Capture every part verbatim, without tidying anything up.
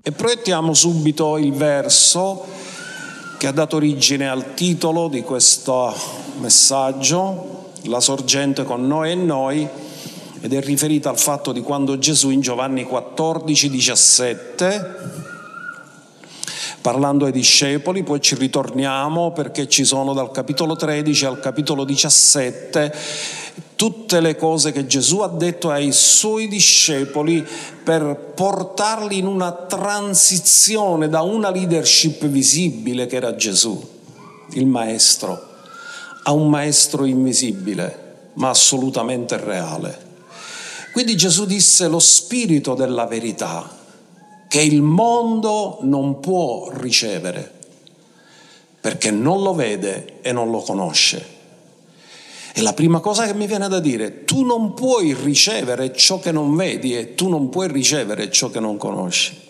E proiettiamo subito il verso che ha dato origine al titolo di questo messaggio, La sorgente con noi e noi, ed è riferita al fatto di quando Gesù in Giovanni quattordici diciassette, parlando ai discepoli, poi ci ritorniamo perché ci sono dal capitolo tredici al capitolo diciassette tutte le cose che Gesù ha detto ai suoi discepoli per portarli in una transizione da una leadership visibile che era Gesù, il maestro, a un maestro invisibile ma assolutamente reale. Quindi Gesù disse lo spirito della verità che il mondo non può ricevere perché non lo vede e non lo conosce. E la prima cosa che mi viene da dire, tu non puoi ricevere ciò che non vedi e tu non puoi ricevere ciò che non conosci.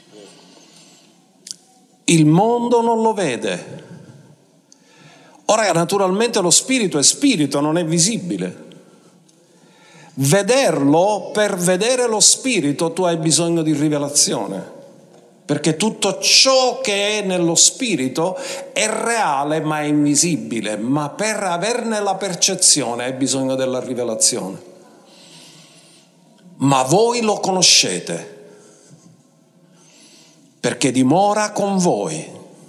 Il mondo non lo vede. Ora naturalmente lo spirito è spirito, non è visibile. Vederlo, per vedere lo spirito tu hai bisogno di rivelazione, perché tutto ciò che è nello spirito è reale ma è invisibile, ma per averne la percezione hai bisogno della rivelazione. Ma voi lo conoscete perché dimora con voi.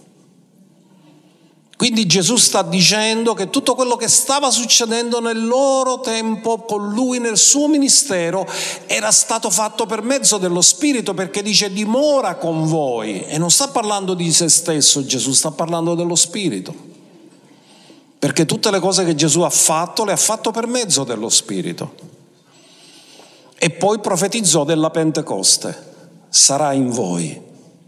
Quindi Gesù sta dicendo che tutto quello che stava succedendo nel loro tempo con lui nel suo ministero era stato fatto per mezzo dello Spirito, perché dice dimora con voi, e non sta parlando di se stesso Gesù, sta parlando dello Spirito, perché tutte le cose che Gesù ha fatto le ha fatto per mezzo dello Spirito. E poi profetizzò della Pentecoste, sarà in voi.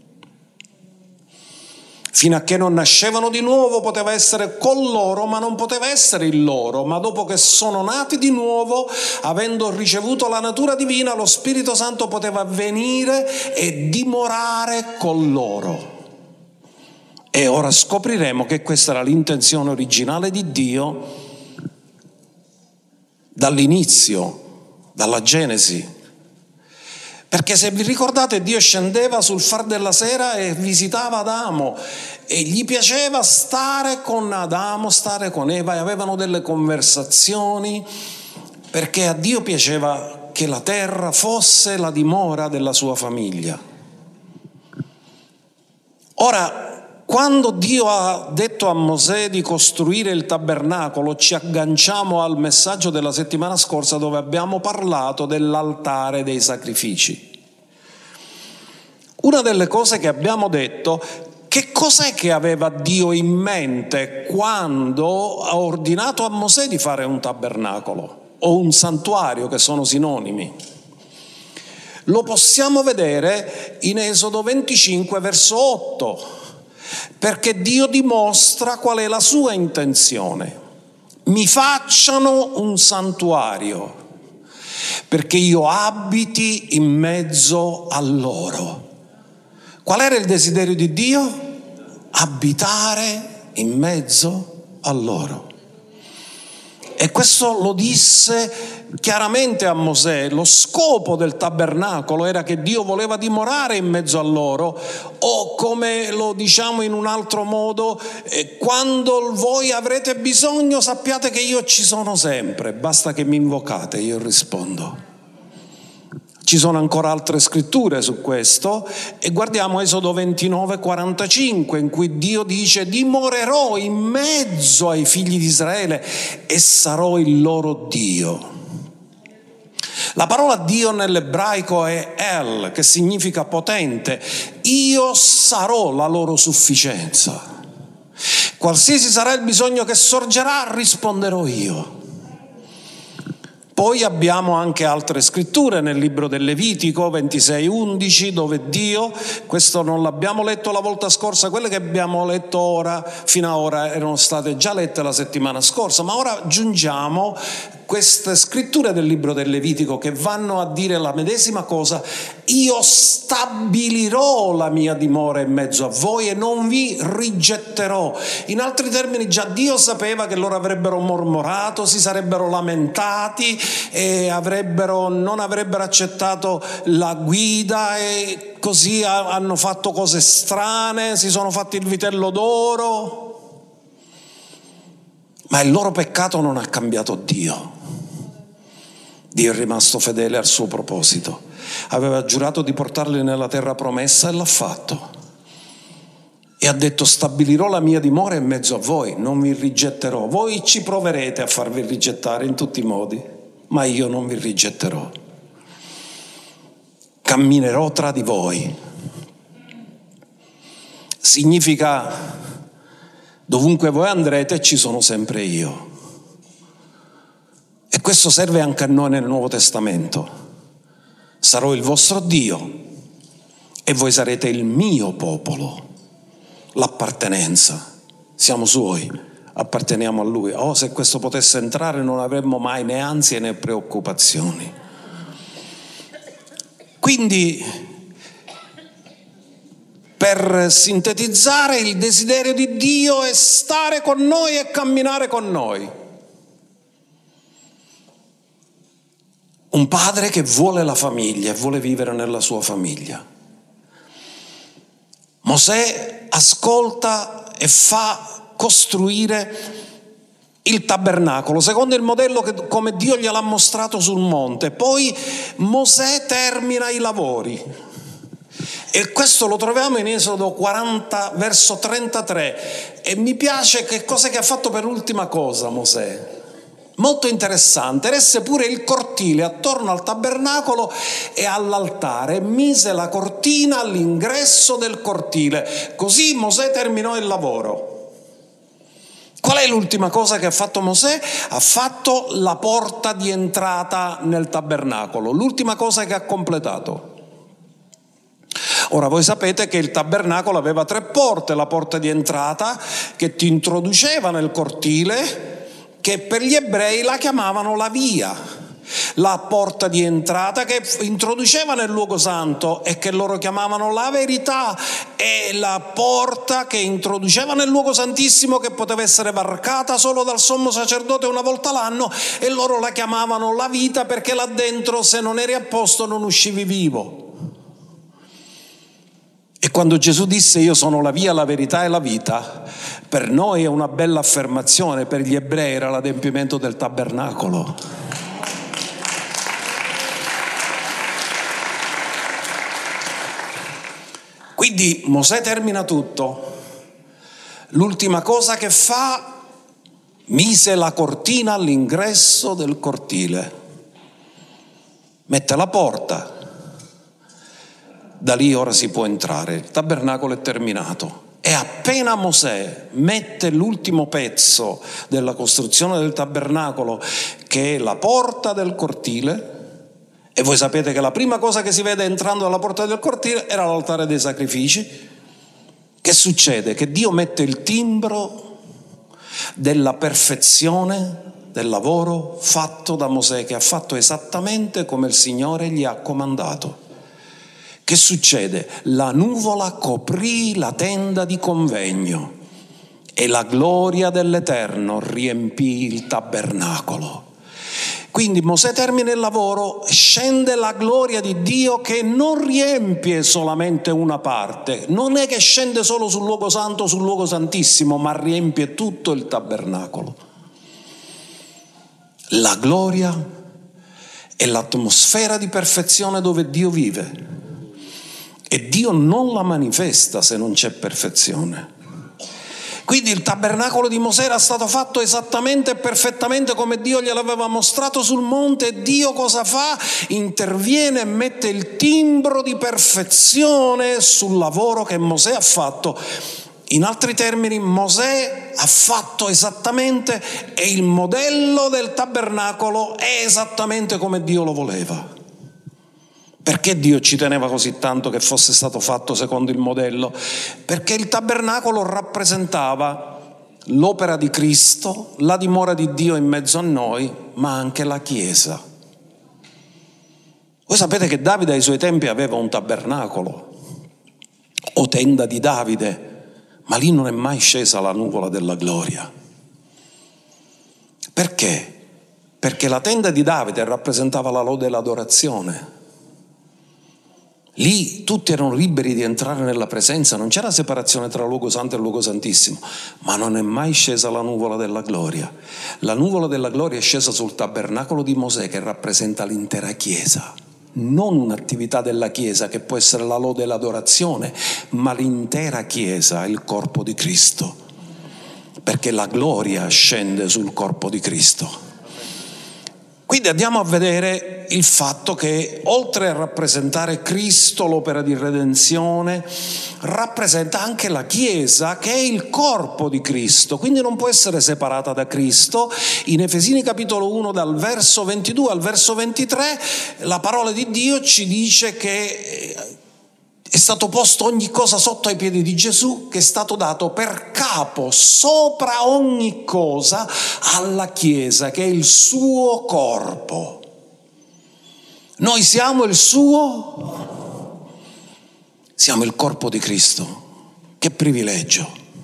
Fino a che non nascevano di nuovo poteva essere con loro, ma non poteva essere il loro. Ma dopo che sono nati di nuovo, avendo ricevuto la natura divina, lo Spirito Santo poteva venire e dimorare con loro. E ora scopriremo che questa era l'intenzione originale di Dio dall'inizio, dalla Genesi. Perché se vi ricordate, Dio scendeva sul far della sera e visitava Adamo e gli piaceva stare con Adamo, stare con Eva, e avevano delle conversazioni, perché a Dio piaceva che la terra fosse la dimora della sua famiglia. Ora, quando Dio ha detto a Mosè di costruire il tabernacolo, ci agganciamo al messaggio della settimana scorsa dove abbiamo parlato dell'altare dei sacrifici. Una delle cose che abbiamo detto, che cos'è che aveva Dio in mente quando ha ordinato a Mosè di fare un tabernacolo o un santuario, che sono sinonimi? Lo possiamo vedere in Esodo venticinque verso otto. Perché Dio dimostra qual è la sua intenzione. Mi facciano un santuario perché io abiti in mezzo a loro. Qual era il desiderio di Dio? Abitare in mezzo a loro. E questo lo disse chiaramente a Mosè. Lo scopo del tabernacolo era che Dio voleva dimorare in mezzo a loro, o come lo diciamo in un altro modo, eh, quando voi avrete bisogno sappiate che io ci sono sempre, basta che mi invocate, io rispondo. Ci sono ancora altre scritture su questo, e guardiamo Esodo ventinove quarantacinque, in cui Dio dice: dimorerò in mezzo ai figli di Israele e sarò il loro Dio. La parola Dio nell'ebraico è El, che significa potente. Io sarò la loro sufficienza. Qualsiasi sarà il bisogno che sorgerà, risponderò io. Poi abbiamo anche altre scritture nel libro del Levitico ventisei undici, dove Dio, questo non l'abbiamo letto la volta scorsa, quelle che abbiamo letto ora, fino ad ora erano state già lette la settimana scorsa, ma ora aggiungiamo queste scritture del libro del Levitico che vanno a dire la medesima cosa: io stabilirò la mia dimora in mezzo a voi e non vi rigetterò. In altri termini, già Dio sapeva che loro avrebbero mormorato, si sarebbero lamentati e avrebbero, non avrebbero accettato la guida e così hanno fatto cose strane, si sono fatti il vitello d'oro. Ma il loro peccato non ha cambiato Dio. Dio è rimasto fedele al suo proposito. Aveva giurato di portarli nella terra promessa e l'ha fatto. E ha detto: stabilirò la mia dimora in mezzo a voi, non vi rigetterò. Voi ci proverete a farvi rigettare in tutti i modi, ma io non vi rigetterò. Camminerò tra di voi. Significa: dovunque voi andrete ci sono sempre io. E questo serve anche a noi nel Nuovo Testamento. Sarò il vostro Dio e voi sarete il mio popolo. L'appartenenza. Siamo suoi, apparteniamo a Lui. Oh, se questo potesse entrare non avremmo mai né ansie né preoccupazioni. Quindi, per sintetizzare, il desiderio di Dio è stare con noi e camminare con noi. Un padre che vuole la famiglia e vuole vivere nella sua famiglia. Mosè ascolta e fa costruire il tabernacolo secondo il modello che, come Dio gliel'ha mostrato sul monte. Poi Mosè termina i lavori. E questo lo troviamo in Esodo quaranta, verso trentatré. E mi piace che cosa che ha fatto per ultima cosa Mosè. Molto interessante. Resse pure il cortile attorno al tabernacolo e all'altare. Mise la cortina all'ingresso del cortile. Così Mosè terminò il lavoro. Qual è l'ultima cosa che ha fatto Mosè? Ha fatto la porta di entrata nel tabernacolo. L'ultima cosa che ha completato. Ora voi sapete che il tabernacolo aveva tre porte: la porta di entrata che ti introduceva nel cortile, che per gli ebrei la chiamavano la via, la porta di entrata che introduceva nel luogo santo e che loro chiamavano la verità, e la porta che introduceva nel luogo santissimo, che poteva essere varcata solo dal sommo sacerdote una volta l'anno, e loro la chiamavano la vita, perché là dentro se non eri a posto non uscivi vivo. E quando Gesù disse io sono la via, la verità e la vita, per noi è una bella affermazione, per gli ebrei era l'adempimento del tabernacolo. Quindi Mosè termina tutto. L'ultima cosa che fa: mise la cortina all'ingresso del cortile, mette la porta. Da lì ora si può entrare, il tabernacolo è terminato. E appena Mosè mette l'ultimo pezzo della costruzione del tabernacolo, che è la porta del cortile, e voi sapete che la prima cosa che si vede entrando dalla porta del cortile era l'altare dei sacrifici, che succede? Che Dio mette il timbro della perfezione del lavoro fatto da Mosè, che ha fatto esattamente come il Signore gli ha comandato. Che succede? La nuvola coprì la tenda di convegno e la gloria dell'Eterno riempì il tabernacolo. Quindi Mosè termina il lavoro, scende la gloria di Dio che non riempie solamente una parte, non è che scende solo sul luogo santo, sul luogo santissimo, ma riempie tutto il tabernacolo. La gloria è l'atmosfera di perfezione dove Dio vive. E Dio non la manifesta se non c'è perfezione. Quindi il tabernacolo di Mosè era stato fatto esattamente e perfettamente come Dio gliel'aveva mostrato sul monte. E Dio cosa fa? Interviene e mette il timbro di perfezione sul lavoro che Mosè ha fatto. In altri termini, Mosè ha fatto esattamente, e il modello del tabernacolo è esattamente come Dio lo voleva. Perché Dio ci teneva così tanto che fosse stato fatto secondo il modello? Perché il tabernacolo rappresentava l'opera di Cristo, la dimora di Dio in mezzo a noi, ma anche la Chiesa. Voi sapete che Davide ai suoi tempi aveva un tabernacolo o tenda di Davide, ma lì non è mai scesa la nuvola della gloria. Perché? Perché la tenda di Davide rappresentava la lode e l'adorazione. Lì tutti erano liberi di entrare nella presenza, non c'era separazione tra luogo santo e luogo santissimo, ma non è mai scesa la nuvola della gloria. La nuvola della gloria è scesa sul tabernacolo di Mosè, che rappresenta l'intera Chiesa, non un'attività della Chiesa che può essere la lode e l'adorazione, ma l'intera Chiesa, il corpo di Cristo, perché la gloria scende sul corpo di Cristo. Quindi andiamo a vedere il fatto che oltre a rappresentare Cristo, l'opera di redenzione, rappresenta anche la Chiesa, che è il corpo di Cristo, quindi non può essere separata da Cristo. In Efesini capitolo uno, dal verso ventidue al verso ventitré, la parola di Dio ci dice che è stato posto ogni cosa sotto ai piedi di Gesù, che è stato dato per capo sopra ogni cosa alla Chiesa, che è il suo corpo. Noi siamo il suo, siamo il corpo di Cristo. Che privilegio!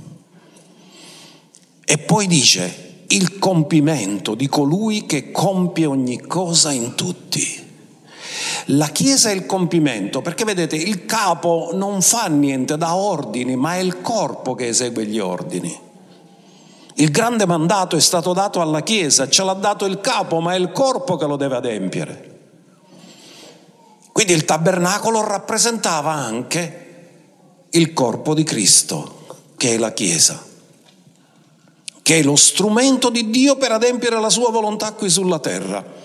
E poi dice, il compimento di colui che compie ogni cosa in tutti. La Chiesa è il compimento, perché vedete, il capo non fa niente, dà ordini, ma è il corpo che esegue gli ordini. Il grande mandato è stato dato alla Chiesa, ce l'ha dato il capo, ma è il corpo che lo deve adempiere. Quindi il tabernacolo rappresentava anche il corpo di Cristo, che è la Chiesa, che è lo strumento di Dio per adempiere la sua volontà qui sulla terra.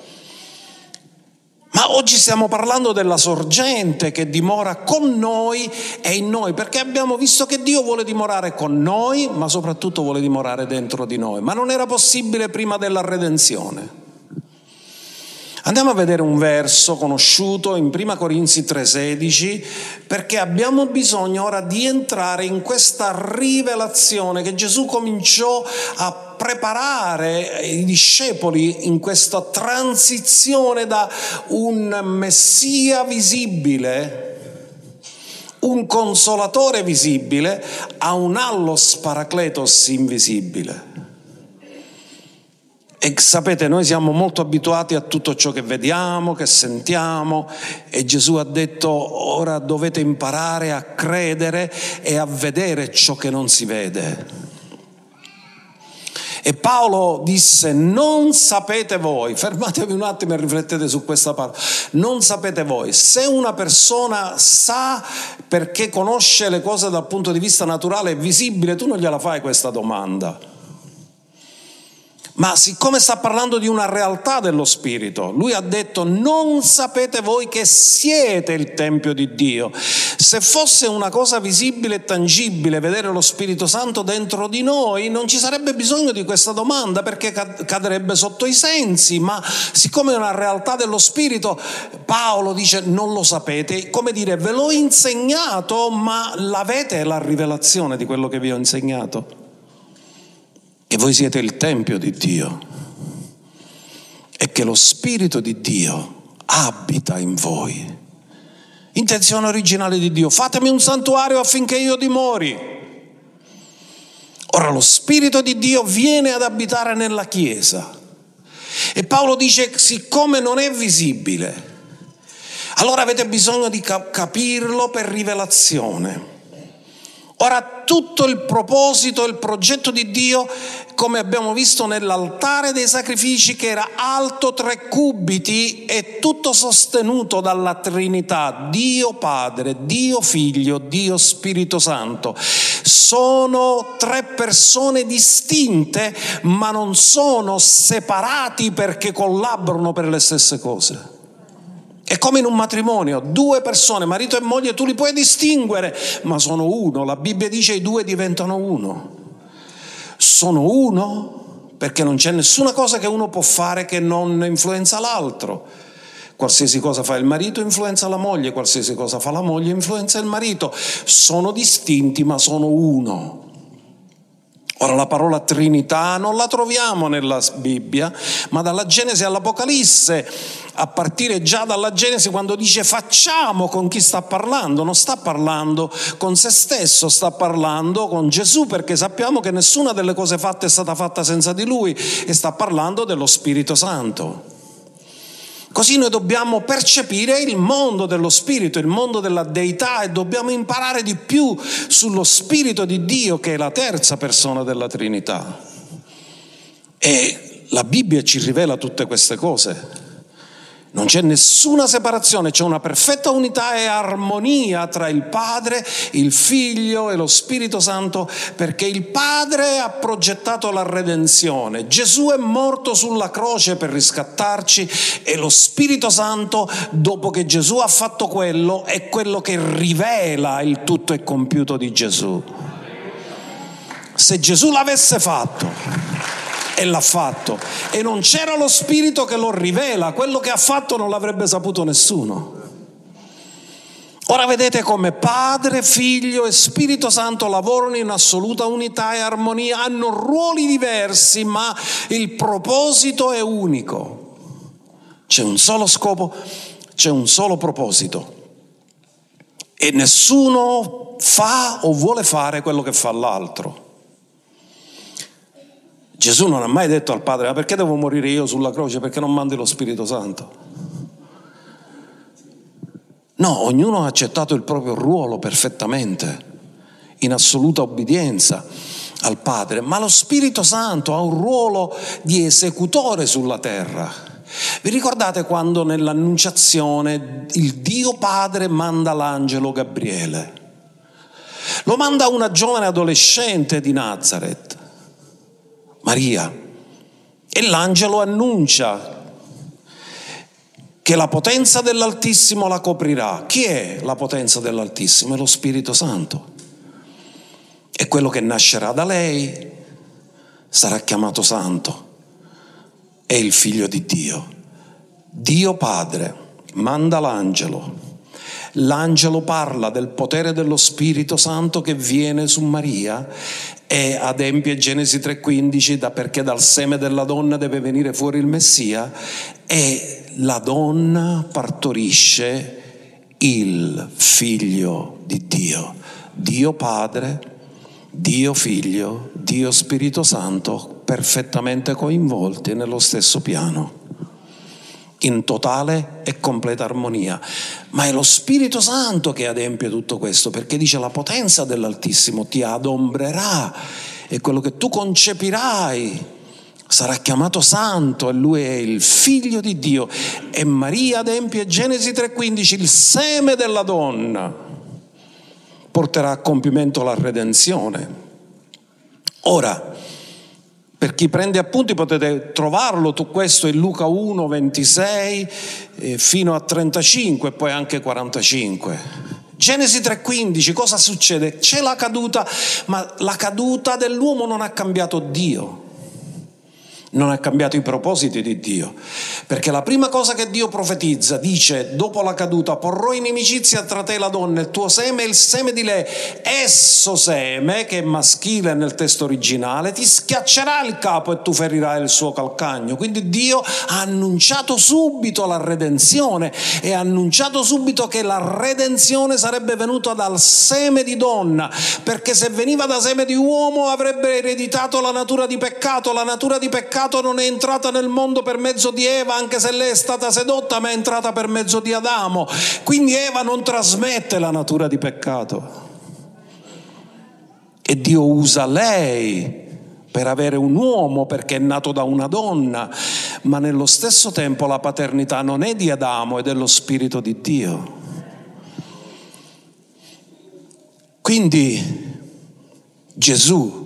Ma oggi stiamo parlando della sorgente che dimora con noi e in noi, perché abbiamo visto che Dio vuole dimorare con noi, ma soprattutto vuole dimorare dentro di noi. Ma non era possibile prima della redenzione. Andiamo a vedere un verso conosciuto in prima Corinzi tre sedici, perché abbiamo bisogno ora di entrare in questa rivelazione che Gesù cominciò a preparare i discepoli in questa transizione da un Messia visibile, un consolatore visibile, a un allos paracletos invisibile. E sapete, noi siamo molto abituati a tutto ciò che vediamo, che sentiamo, e Gesù ha detto: ora dovete imparare a credere e a vedere ciò che non si vede. E Paolo disse: non sapete voi, fermatevi un attimo e riflettete su questa parola, non sapete voi, se una persona sa perché conosce le cose dal punto di vista naturale e visibile, tu non gliela fai questa domanda. Ma siccome sta parlando di una realtà dello Spirito, lui ha detto: non sapete voi che siete il Tempio di Dio. Se fosse una cosa visibile e tangibile vedere lo Spirito Santo dentro di noi, non ci sarebbe bisogno di questa domanda, perché cadrebbe sotto i sensi. Ma siccome è una realtà dello Spirito, Paolo dice: non lo sapete, come dire, ve l'ho insegnato, ma l'avete la rivelazione di quello che vi ho insegnato? Che voi siete il Tempio di Dio e che lo Spirito di Dio abita in voi. Intenzione originale di Dio: fatemi un santuario affinché io dimori. Ora lo Spirito di Dio viene ad abitare nella Chiesa e Paolo dice: siccome non è visibile, allora avete bisogno di capirlo per rivelazione. Ora tutto il proposito, il progetto di Dio, come abbiamo visto nell'altare dei sacrifici, che era alto tre cubiti, è tutto sostenuto dalla Trinità, Dio Padre, Dio Figlio, Dio Spirito Santo. Sono tre persone distinte, ma non sono separati perché collaborano per le stesse cose. È come in un matrimonio, due persone, marito e moglie, tu li puoi distinguere, ma sono uno. La Bibbia dice: i due diventano uno. Sono uno perché non c'è nessuna cosa che uno può fare che non influenza l'altro. Qualsiasi cosa fa il marito influenza la moglie, qualsiasi cosa fa la moglie influenza il marito. Sono distinti ma sono uno. Ora la parola Trinità non la troviamo nella Bibbia, ma dalla Genesi all'Apocalisse, a partire già dalla Genesi, quando dice facciamo, con chi sta parlando? Non sta parlando con se stesso, sta parlando con Gesù, perché sappiamo che nessuna delle cose fatte è stata fatta senza di Lui, e sta parlando dello Spirito Santo. Così noi dobbiamo percepire il mondo dello Spirito, il mondo della Deità, e dobbiamo imparare di più sullo Spirito di Dio, che è la terza persona della Trinità. E la Bibbia ci rivela tutte queste cose. Non c'è nessuna separazione, c'è una perfetta unità e armonia tra il Padre, il Figlio e lo Spirito Santo, perché il Padre ha progettato la redenzione. Gesù è morto sulla croce per riscattarci, e lo Spirito Santo, dopo che Gesù ha fatto quello, è quello che rivela il tutto e compiuto di Gesù. Se Gesù l'avesse fatto, e l'ha fatto, e non c'era lo Spirito che lo rivela, quello che ha fatto non l'avrebbe saputo nessuno. Ora vedete come Padre, Figlio e Spirito Santo lavorano in assoluta unità e armonia, hanno ruoli diversi, ma il proposito è unico. C'è un solo scopo, c'è un solo proposito, e nessuno fa o vuole fare quello che fa l'altro. Gesù non ha mai detto al Padre: ma perché devo morire io sulla croce? Perché non mandi lo Spirito Santo? No, ognuno ha accettato il proprio ruolo perfettamente, in assoluta obbedienza al Padre, ma lo Spirito Santo ha un ruolo di esecutore sulla terra. Vi ricordate quando nell'Annunciazione il Dio Padre manda l'angelo Gabriele? Lo manda a una giovane adolescente di Nazaret, Maria, e l'angelo annuncia che la potenza dell'Altissimo la coprirà. Chi è la potenza dell'Altissimo? È lo Spirito Santo. E quello che nascerà da lei sarà chiamato Santo. È il Figlio di Dio. Dio Padre manda l'angelo. L'angelo parla del potere dello Spirito Santo che viene su Maria e adempie Genesi tre quindici, da perché dal seme della donna deve venire fuori il Messia, e la donna partorisce il Figlio di Dio. Dio Padre, Dio Figlio, Dio Spirito Santo, perfettamente coinvolti nello stesso piano, in totale e completa armonia. Ma è lo Spirito Santo che adempie tutto questo, perché dice: la potenza dell'Altissimo ti adombrerà, e quello che tu concepirai sarà chiamato Santo, e lui è il Figlio di Dio. E Maria adempie Genesi tre quindici: il seme della donna porterà a compimento la redenzione. Ora, per chi prende appunti potete trovarlo tu questo in Luca uno ventisei eh, fino a trentacinque e poi anche quarantacinque. Genesi tre quindici, cosa succede? C'è la caduta, ma la caduta dell'uomo non ha cambiato Dio. Non ha cambiato i propositi di Dio, perché la prima cosa che Dio profetizza, dice: dopo la caduta porrò inimicizia tra te e la donna, il tuo seme e il seme di lei, esso seme, che è maschile nel testo originale, ti schiaccerà il capo e tu ferirai il suo calcagno. Quindi Dio ha annunciato subito la redenzione, e ha annunciato subito che la redenzione sarebbe venuta dal seme di donna, perché se veniva da seme di uomo avrebbe ereditato la natura di peccato. La natura di peccato non è entrata nel mondo per mezzo di Eva, anche se lei è stata sedotta, ma è entrata per mezzo di Adamo. Quindi Eva non trasmette la natura di peccato, e Dio usa lei per avere un uomo, perché è nato da una donna. Ma nello stesso tempo la paternità non è di Adamo, è dello Spirito di Dio. Quindi Gesù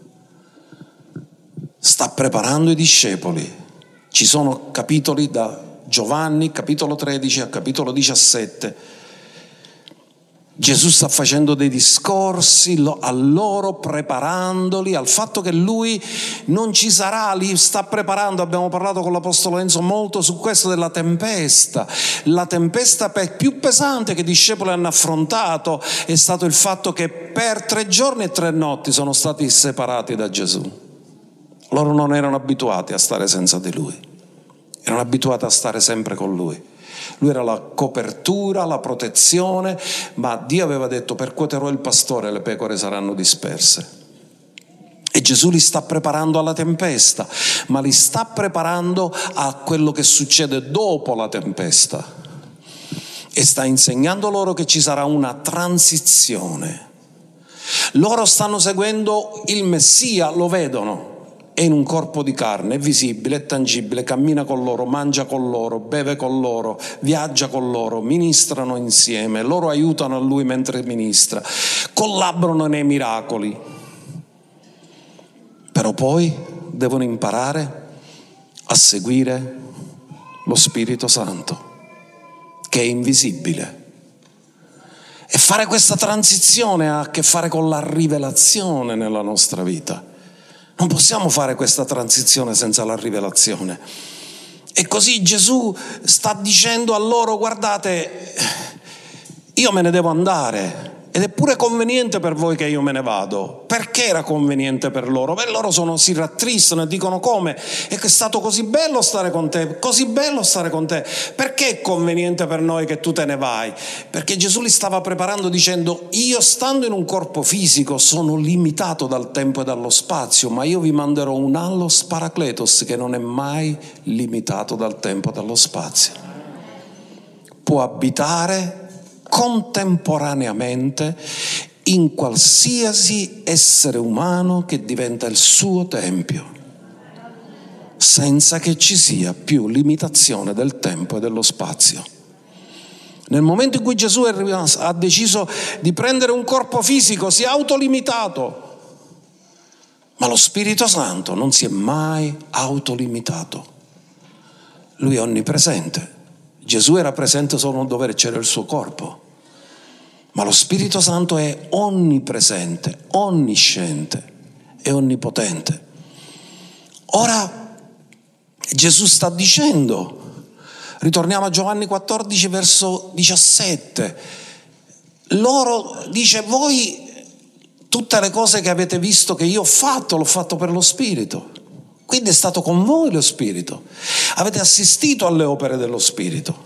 sta preparando i discepoli. Ci sono capitoli da Giovanni, capitolo tredici a capitolo diciassette, Gesù sta facendo dei discorsi a loro, preparandoli al fatto che lui non ci sarà, li sta preparando. Abbiamo parlato con l'Apostolo Enzo molto su questo della tempesta. La tempesta più pesante che i discepoli hanno affrontato è stato il fatto che per tre giorni e tre notti sono stati separati da Gesù. Loro non erano abituati a stare senza di lui, erano abituati a stare sempre con lui. Lui era la copertura, la protezione, ma Dio aveva detto: percuoterò il pastore e le pecore saranno disperse. E Gesù li sta preparando alla tempesta, ma li sta preparando a quello che succede dopo la tempesta. E sta insegnando loro che ci sarà una transizione. Loro stanno seguendo il Messia, lo vedono. È in un corpo di carne, è visibile, è tangibile, cammina con loro, mangia con loro, beve con loro, viaggia con loro, ministrano insieme, loro aiutano a lui mentre ministra, collaborano nei miracoli. Però poi devono imparare a seguire lo Spirito Santo, che è invisibile. E fare questa transizione ha a che fare con la rivelazione nella nostra vita. Non possiamo fare questa transizione senza la rivelazione. E così Gesù sta dicendo a loro: guardate, io me ne devo andare ed è pure conveniente per voi che io me ne vado. Perché era conveniente per loro? Beh, loro sono, si rattristano e dicono: come? È che è stato così bello stare con te, così bello stare con te. Perché è conveniente per noi che tu te ne vai? Perché Gesù li stava preparando dicendo: io stando in un corpo fisico sono limitato dal tempo e dallo spazio, ma io vi manderò un allos paracletos che non è mai limitato dal tempo e dallo spazio. Può abitare contemporaneamente in qualsiasi essere umano che diventa il suo tempio, senza che ci sia più limitazione del tempo e dello spazio. Nel momento in cui Gesù ha deciso di prendere un corpo fisico, si è autolimitato, ma lo Spirito Santo non si è mai autolimitato. Lui è onnipresente. Gesù era presente solo dove c'era il suo corpo, ma lo Spirito Santo è onnipresente, onnisciente e onnipotente. Ora Gesù sta dicendo, ritorniamo a Giovanni quattordici verso diciassette, loro dice: voi tutte le cose che avete visto che io ho fatto, l'ho fatto per lo Spirito. Quindi è stato con voi lo Spirito, avete assistito alle opere dello Spirito.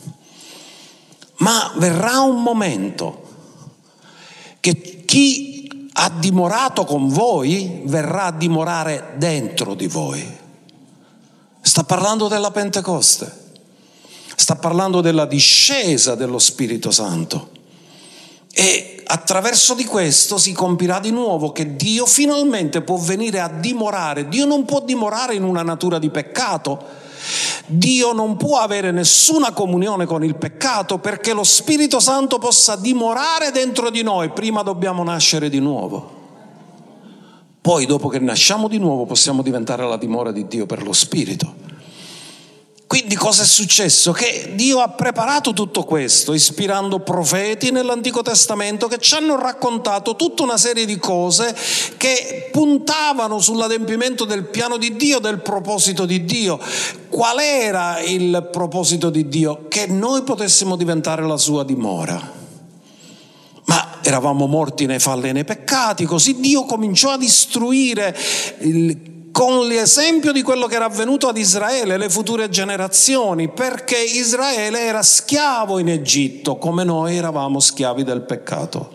Ma verrà un momento che chi ha dimorato con voi verrà a dimorare dentro di voi. Sta parlando della Pentecoste, sta parlando della discesa dello Spirito Santo. E attraverso di questo si compirà di nuovo che Dio finalmente può venire a dimorare. Dio non può dimorare in una natura di peccato. Dio non può avere nessuna comunione con il peccato, perché lo Spirito Santo possa dimorare dentro di noi. Prima dobbiamo nascere di nuovo. Poi, dopo che nasciamo di nuovo, possiamo diventare la dimora di Dio per lo Spirito. Quindi cosa è successo? Che Dio ha preparato tutto questo, ispirando profeti nell'Antico Testamento che ci hanno raccontato tutta una serie di cose che puntavano sull'adempimento del piano di Dio, del proposito di Dio. Qual era il proposito di Dio? Che noi potessimo diventare la sua dimora. Ma eravamo morti nei falli e nei peccati, così Dio cominciò ad istruire il con l'esempio di quello che era avvenuto ad Israele, le future generazioni, perché Israele era schiavo in Egitto, come noi eravamo schiavi del peccato.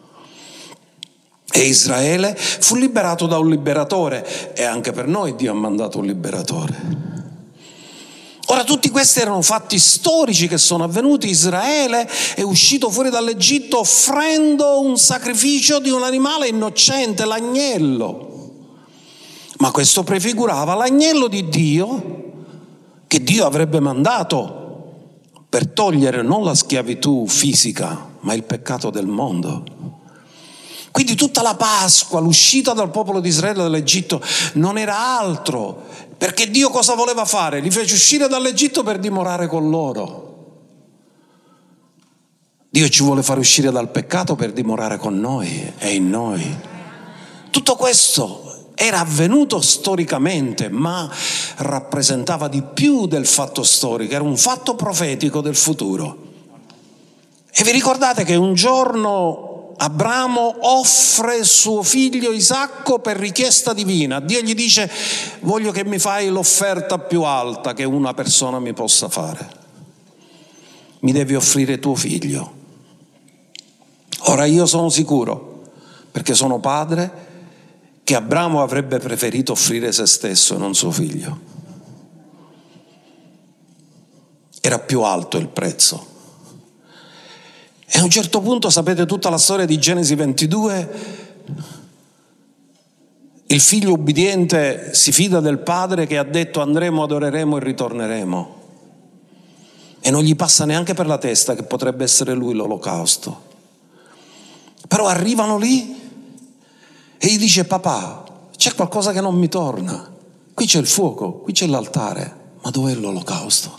E Israele fu liberato da un liberatore, e anche per noi Dio ha mandato un liberatore. Ora, tutti questi erano fatti storici che sono avvenuti. Israele è uscito fuori dall'Egitto offrendo un sacrificio di un animale innocente, l'agnello. Ma questo prefigurava l'agnello di Dio che Dio avrebbe mandato per togliere non la schiavitù fisica, ma il peccato del mondo. Quindi tutta la Pasqua, l'uscita dal popolo di Israele dall'Egitto non era altro, perché Dio cosa voleva fare? Li fece uscire dall'Egitto per dimorare con loro. Dio ci vuole fare uscire dal peccato per dimorare con noi e in noi. Tutto questo era avvenuto storicamente, ma rappresentava di più del fatto storico, era un fatto profetico del futuro. E vi ricordate che un giorno Abramo offre suo figlio Isacco per richiesta divina. Dio gli dice: voglio che mi fai l'offerta più alta che una persona mi possa fare. Mi devi offrire tuo figlio. Ora io sono sicuro, perché sono padre, che Abramo avrebbe preferito offrire se stesso e non suo figlio. Era più alto il prezzo. E a un certo punto, sapete tutta la storia di Genesi ventidue, il figlio ubbidiente si fida del padre che ha detto: andremo, adoreremo e ritorneremo. E non gli passa neanche per la testa che potrebbe essere lui l'olocausto. Però arrivano lì e gli dice: papà, c'è qualcosa che non mi torna. Qui c'è il fuoco, qui c'è l'altare, ma dov'è l'olocausto?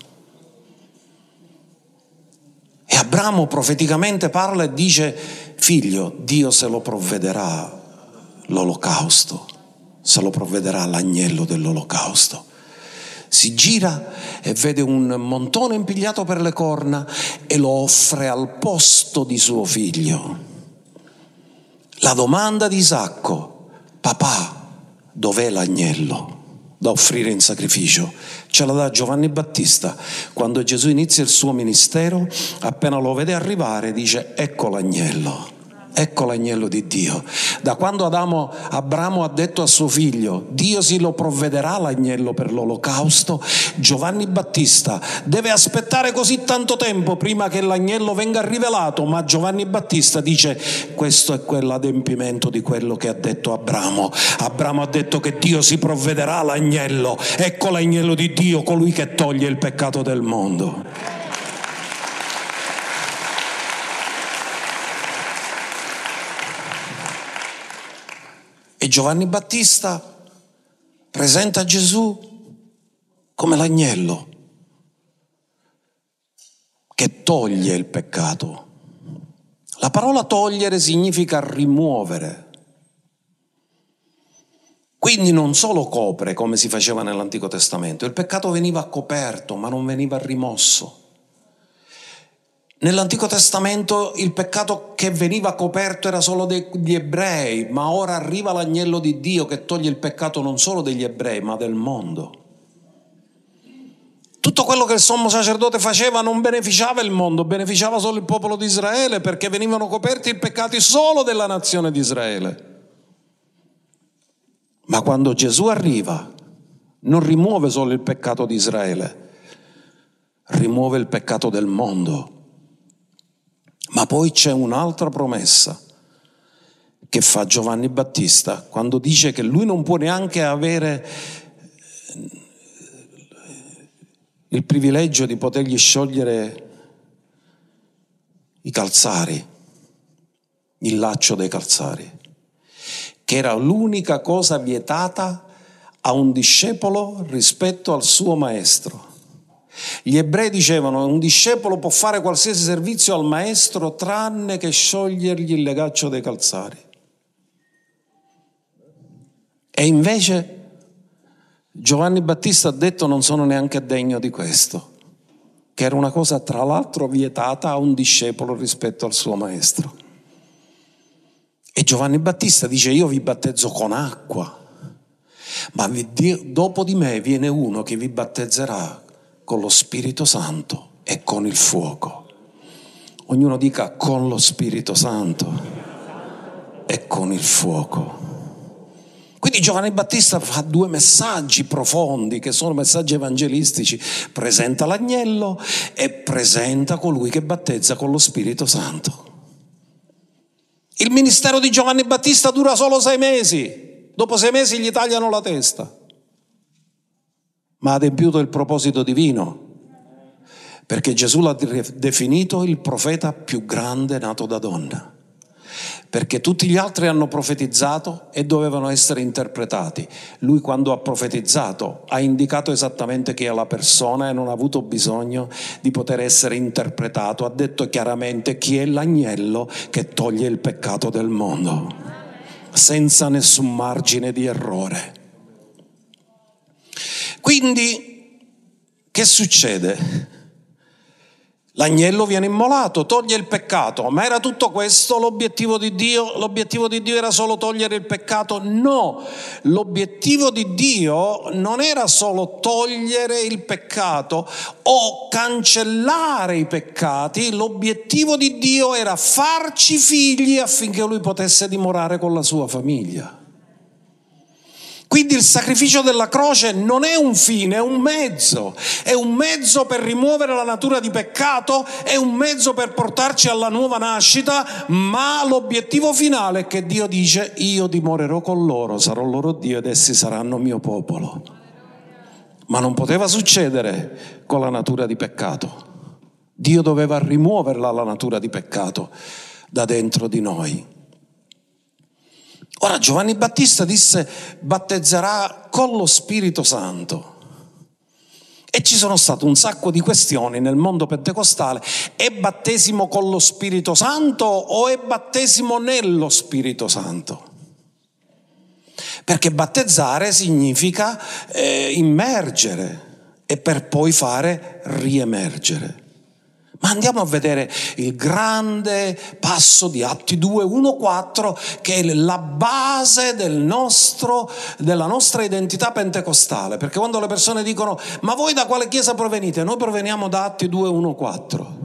E Abramo profeticamente parla e dice: figlio, Dio se lo provvederà l'olocausto, se lo provvederà l'agnello dell'olocausto. Si gira e vede un montone impigliato per le corna e lo offre al posto di suo figlio. La domanda di Isacco: papà, dov'è l'agnello da offrire in sacrificio? Ce la dà Giovanni Battista quando Gesù inizia il suo ministero. Appena lo vede arrivare dice: ecco l'agnello, ecco l'agnello di Dio. Da quando Adamo, Abramo ha detto a suo figlio: Dio si lo provvederà l'agnello per l'olocausto, Giovanni Battista deve aspettare così tanto tempo prima che l'agnello venga rivelato, ma Giovanni Battista dice: questo è quell'adempimento di quello che ha detto Abramo. Abramo ha detto che Dio si provvederà l'agnello, ecco l'agnello di Dio, colui che toglie il peccato del mondo. E Giovanni Battista presenta Gesù come l'agnello che toglie il peccato. La parola togliere significa rimuovere. Quindi non solo copre, come si faceva nell'Antico Testamento, il peccato veniva coperto ma non veniva rimosso. Nell'Antico Testamento il peccato che veniva coperto era solo degli ebrei, ma ora arriva l'agnello di Dio che toglie il peccato non solo degli ebrei, ma del mondo. Tutto quello che il sommo sacerdote faceva non beneficiava il mondo, beneficiava solo il popolo di Israele, perché venivano coperti i peccati solo della nazione di Israele. Ma quando Gesù arriva, non rimuove solo il peccato di Israele, rimuove il peccato del mondo. Ma poi c'è un'altra promessa che fa Giovanni Battista quando dice che lui non può neanche avere il privilegio di potergli sciogliere i calzari, il laccio dei calzari, che era l'unica cosa vietata a un discepolo rispetto al suo maestro. Gli ebrei dicevano: un discepolo può fare qualsiasi servizio al maestro tranne che sciogliergli il legaccio dei calzari. E invece Giovanni Battista ha detto: non sono neanche degno di questo, che era una cosa tra l'altro vietata a un discepolo rispetto al suo maestro. E Giovanni Battista dice: io vi battezzo con acqua, ma dopo di me viene uno che vi battezzerà con lo Spirito Santo e con il fuoco. Ognuno dica: con lo Spirito Santo e con il fuoco. Quindi Giovanni Battista fa due messaggi profondi che sono messaggi evangelistici: presenta l'agnello e presenta colui che battezza con lo Spirito Santo. Il ministero di Giovanni Battista dura solo sei mesi, dopo sei mesi gli tagliano la testa, ma ha adempiuto il proposito divino, perché Gesù l'ha definito il profeta più grande nato da donna, perché tutti gli altri hanno profetizzato e dovevano essere interpretati. Lui, quando ha profetizzato, ha indicato esattamente chi è la persona e non ha avuto bisogno di poter essere interpretato. Ha detto chiaramente chi è l'agnello che toglie il peccato del mondo, senza nessun margine di errore. Quindi, che succede? L'agnello viene immolato, toglie il peccato, ma era tutto questo l'obiettivo di Dio? L'obiettivo di Dio era solo togliere il peccato? No, l'obiettivo di Dio non era solo togliere il peccato o cancellare i peccati, l'obiettivo di Dio era farci figli affinché Lui potesse dimorare con la sua famiglia. Quindi il sacrificio della croce non è un fine, è un mezzo. È un mezzo per rimuovere la natura di peccato, è un mezzo per portarci alla nuova nascita, ma l'obiettivo finale è che Dio dice: io dimorerò con loro, sarò loro Dio ed essi saranno mio popolo. Ma non poteva succedere con la natura di peccato. Dio doveva rimuoverla, la natura di peccato, da dentro di noi. Ora, Giovanni Battista disse: battezzerà con lo Spirito Santo. E ci sono state un sacco di questioni nel mondo pentecostale: è battesimo con lo Spirito Santo o è battesimo nello Spirito Santo? Perché battezzare significa eh, immergere e per poi fare riemergere. Ma andiamo a vedere il grande passo di Atti due, uno, quattro, che è la base del nostro, della nostra identità pentecostale. Perché quando le persone dicono: ma voi da quale chiesa provenite? Noi proveniamo da Atti due, uno, quattro.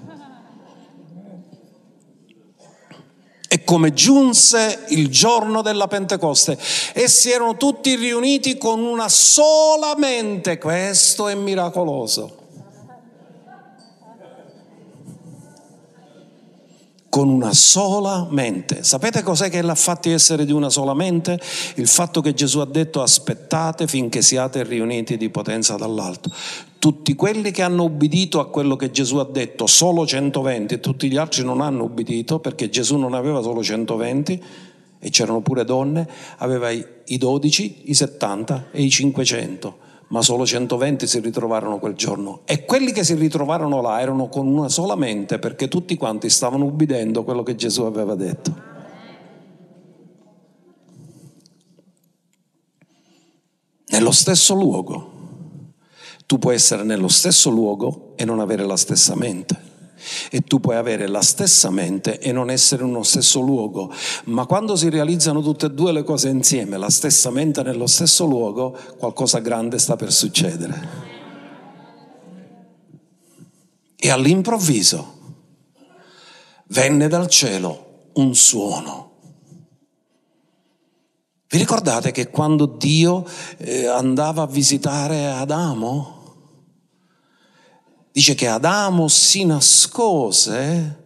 E come giunse il giorno della Pentecoste, essi erano tutti riuniti con una sola mente. Questo è miracoloso. Con una sola mente. Sapete cos'è che l'ha fatti essere di una sola mente? Il fatto che Gesù ha detto: aspettate finché siate riuniti di potenza dall'alto. Tutti quelli che hanno ubbidito a quello che Gesù ha detto, solo centoventi, e tutti gli altri non hanno ubbidito, perché Gesù non aveva solo centoventi e c'erano pure donne, aveva i dodici, i settanta e i cinquecento. Ma solo centoventi si ritrovarono quel giorno, e quelli che si ritrovarono là erano con una sola mente, perché tutti quanti stavano ubbidendo quello che Gesù aveva detto. Nello stesso luogo. Tu puoi essere nello stesso luogo e non avere la stessa mente. E tu puoi avere la stessa mente e non essere in uno stesso luogo, ma quando si realizzano tutte e due le cose insieme, la stessa mente nello stesso luogo, qualcosa grande sta per succedere. E all'improvviso venne dal cielo un suono. Vi ricordate che quando Dio eh, andava a visitare Adamo, dice che Adamo si nascose?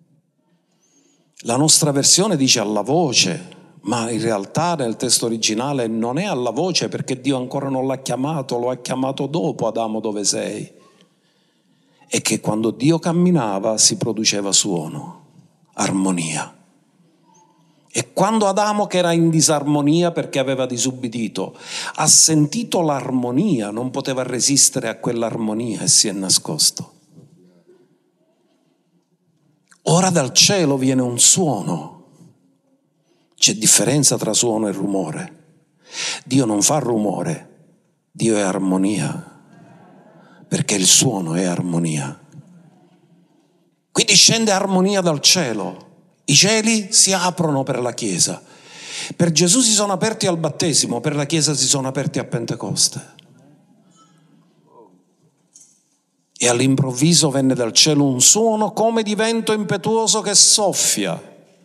La nostra versione dice alla voce, ma in realtà nel testo originale non è alla voce, perché Dio ancora non l'ha chiamato, lo ha chiamato dopo: Adamo, dove sei? E che quando Dio camminava si produceva suono, armonia. E quando Adamo, che era in disarmonia perché aveva disubbidito, ha sentito l'armonia, non poteva resistere a quell'armonia e si è nascosto. Ora dal cielo viene un suono. C'è differenza tra suono e rumore. Dio non fa rumore, Dio è armonia, perché il suono è armonia. Quindi scende armonia dal cielo. I cieli si aprono per la Chiesa. Per Gesù si sono aperti al battesimo, per la Chiesa si sono aperti a Pentecoste. E all'improvviso venne dal cielo un suono come di vento impetuoso che soffia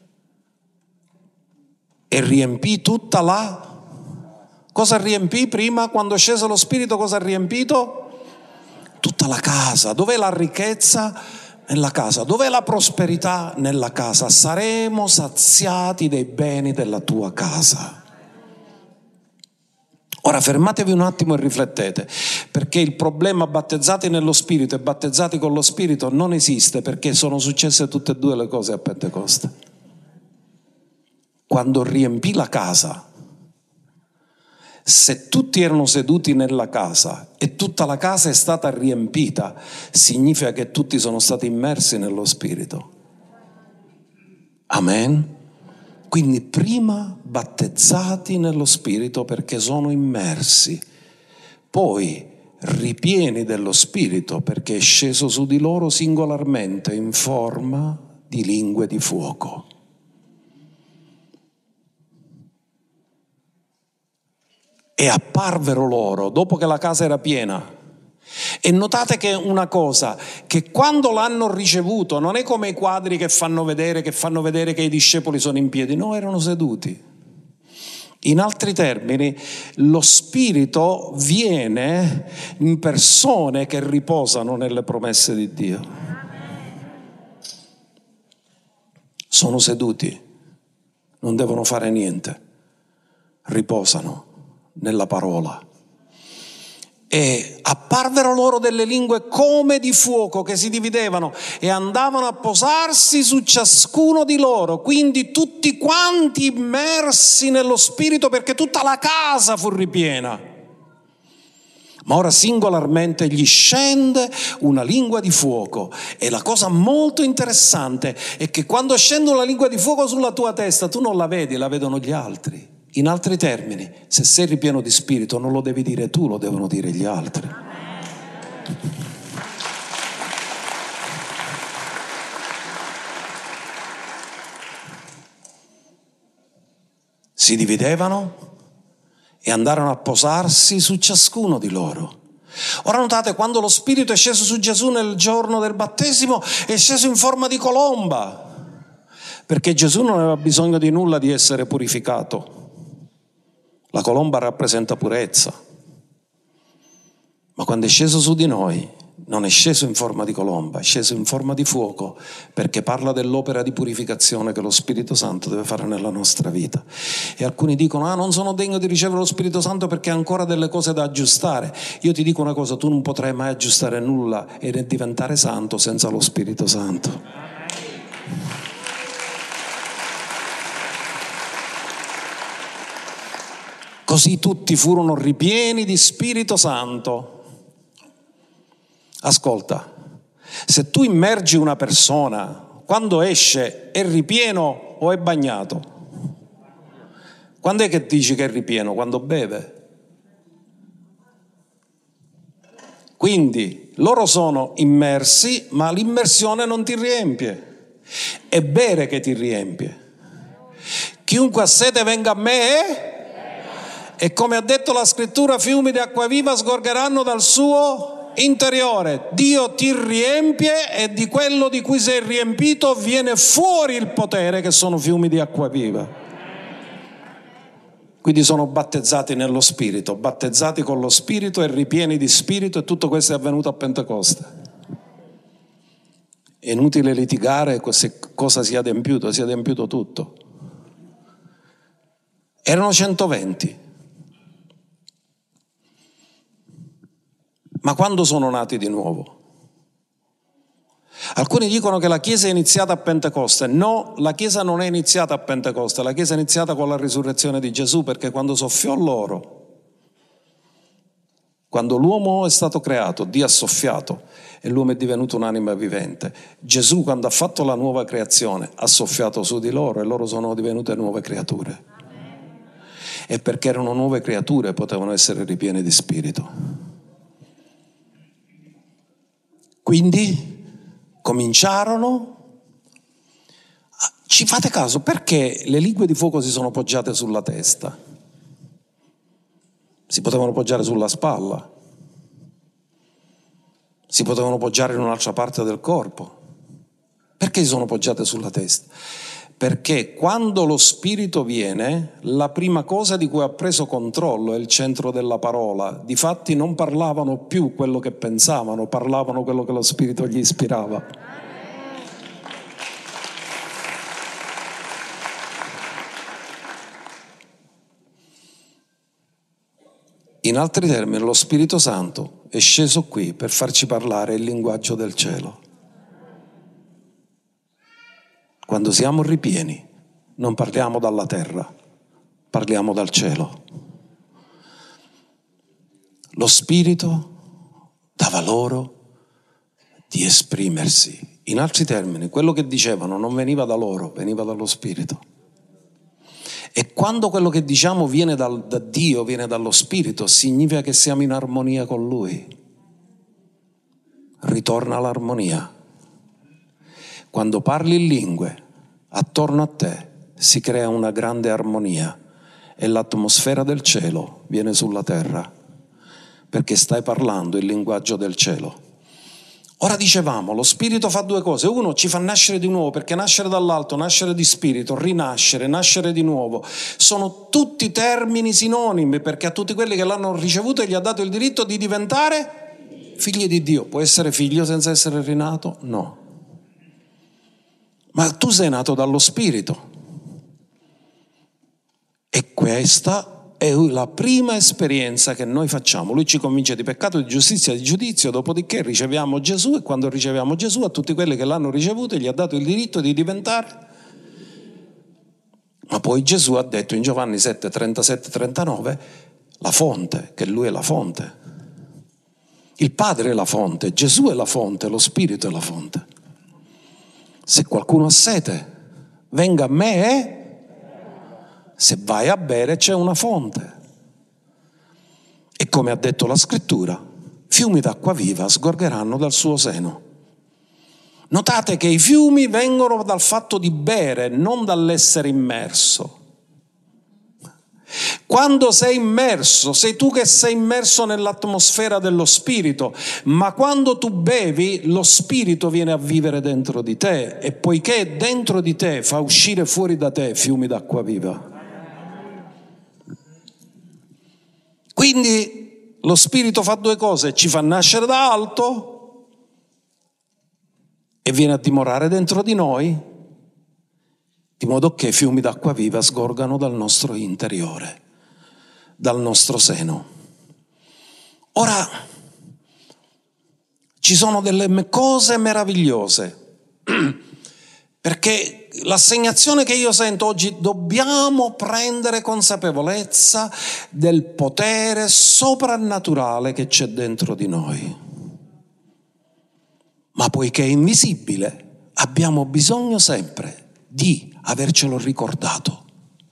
e riempì tutta la... Cosa riempì prima? Quando scese lo Spirito, cosa ha riempito? Tutta la casa. Dov'è la ricchezza? Nella casa. Dov'è la prosperità? Nella casa. Saremo saziati dei beni della tua casa. Ora fermatevi un attimo e riflettete, perché il problema battezzati nello Spirito e battezzati con lo Spirito non esiste, perché sono successe tutte e due le cose a Pentecoste. quando riempì la casa, se tutti erano seduti nella casa e tutta la casa è stata riempita, significa che tutti sono stati immersi nello Spirito. Amen? Quindi prima battezzati nello Spirito perché sono immersi, poi ripieni dello Spirito perché è sceso su di loro singolarmente in forma di lingue di fuoco. E apparvero loro dopo che la casa era piena. E notate che una cosa, che quando l'hanno ricevuto non è come i quadri che fanno vedere che fanno vedere che i discepoli sono in piedi, no, erano seduti. In altri termini, lo Spirito viene in persone che riposano nelle promesse di Dio. Sono seduti, non devono fare niente, riposano nella parola. E apparvero loro delle lingue come di fuoco che si dividevano e andavano a posarsi su ciascuno di loro, quindi tutti quanti immersi nello Spirito perché tutta la casa fu ripiena. Ma ora singolarmente gli scende una lingua di fuoco e la cosa molto interessante è che quando scende una lingua di fuoco sulla tua testa tu non la vedi, la vedono gli altri. In altri termini, se sei ripieno di Spirito non lo devi dire tu, lo devono dire gli altri. Si dividevano e andarono a posarsi su ciascuno di loro. Ora notate, quando lo Spirito è sceso su Gesù nel giorno del battesimo, è sceso in forma di colomba, perché Gesù non aveva bisogno di nulla di essere purificato. La colomba rappresenta purezza, ma quando è sceso su di noi non è sceso in forma di colomba, è sceso in forma di fuoco, perché parla dell'opera di purificazione che lo Spirito Santo deve fare nella nostra vita. E alcuni dicono, ah, non sono degno di ricevere lo Spirito Santo perché ha ancora delle cose da aggiustare. Io ti dico una cosa, tu non potrai mai aggiustare nulla e diventare santo senza lo Spirito Santo. Così tutti furono ripieni di Spirito Santo. Ascolta, se tu immergi una persona, quando esce è ripieno o è bagnato? Quando è che dici che è ripieno? Quando beve. Quindi loro sono immersi, ma l'immersione non ti riempie. È bere che ti riempie. Chiunque ha sete venga a me e come ha detto la scrittura, fiumi di acqua viva sgorgeranno dal suo interiore. Dio ti riempie e di quello di cui sei riempito viene fuori il potere, che sono fiumi di acqua viva. Quindi sono battezzati nello Spirito, battezzati con lo Spirito e ripieni di Spirito, e tutto questo è avvenuto a Pentecoste. È inutile litigare se cosa si è adempiuto, si è adempiuto tutto. Erano centoventi. Ma quando sono nati di nuovo? Alcuni dicono che la Chiesa è iniziata a Pentecoste. No, la Chiesa non è iniziata a Pentecoste, la Chiesa è iniziata con la risurrezione di Gesù, perché quando soffiò loro, quando l'uomo è stato creato, Dio ha soffiato e l'uomo è divenuto un'anima vivente. Gesù, quando ha fatto la nuova creazione, ha soffiato su di loro e loro sono divenute nuove creature. E perché erano nuove creature potevano essere ripiene di Spirito. Quindi cominciarono, ci fate caso, perché le lingue di fuoco si sono poggiate sulla testa? Si potevano poggiare sulla spalla, si potevano poggiare in un'altra parte del corpo. Perché si sono poggiate sulla testa? Perché quando lo Spirito viene, la prima cosa di cui ha preso controllo è il centro della parola. Difatti non parlavano più quello che pensavano, parlavano quello che lo Spirito gli ispirava. In altri termini, lo Spirito Santo è sceso qui per farci parlare il linguaggio del cielo. Quando siamo ripieni non parliamo dalla terra, parliamo dal cielo. Lo Spirito dava loro di esprimersi. In altri termini, quello che dicevano non veniva da loro, veniva dallo Spirito. E quando quello che diciamo viene dal, da Dio, viene dallo Spirito, significa che siamo in armonia con Lui. Ritorna l'armonia. Quando parli in lingue, attorno a te si crea una grande armonia e l'atmosfera del cielo viene sulla terra, perché stai parlando il linguaggio del cielo. Ora dicevamo, lo Spirito fa due cose. Uno, ci fa nascere di nuovo, perché nascere dall'alto, nascere di Spirito, rinascere, nascere di nuovo, sono tutti termini sinonimi, perché a tutti quelli che l'hanno ricevuto gli ha dato il diritto di diventare figli di Dio. Può essere figlio senza essere rinato? No. Ma tu sei nato dallo Spirito. E questa è la prima esperienza che noi facciamo. Lui ci convince di peccato, di giustizia, di giudizio, dopodiché riceviamo Gesù, e quando riceviamo Gesù, a tutti quelli che l'hanno ricevuto gli ha dato il diritto di diventare. Ma poi Gesù ha detto in Giovanni sette, trentasette, trentanove, la fonte, che Lui è la fonte. Il Padre è la fonte, Gesù è la fonte, lo Spirito è la fonte. Se qualcuno ha sete, venga a me e se vai a bere c'è una fonte. E come ha detto la Scrittura, fiumi d'acqua viva sgorgeranno dal suo seno. Notate che i fiumi vengono dal fatto di bere, non dall'essere immerso. Quando sei immerso, sei tu che sei immerso nell'atmosfera dello Spirito, ma quando tu bevi, lo Spirito viene a vivere dentro di te, e poiché dentro di te fa uscire fuori da te fiumi d'acqua viva. Quindi lo Spirito fa due cose, ci fa nascere da alto e viene a dimorare dentro di noi, di modo che fiumi d'acqua viva sgorgano dal nostro interiore, dal nostro seno. Ora, ci sono delle cose meravigliose, perché l'assegnazione che io sento oggi, dobbiamo prendere consapevolezza del potere soprannaturale che c'è dentro di noi. Ma poiché è invisibile, abbiamo bisogno sempre di avercelo ricordato.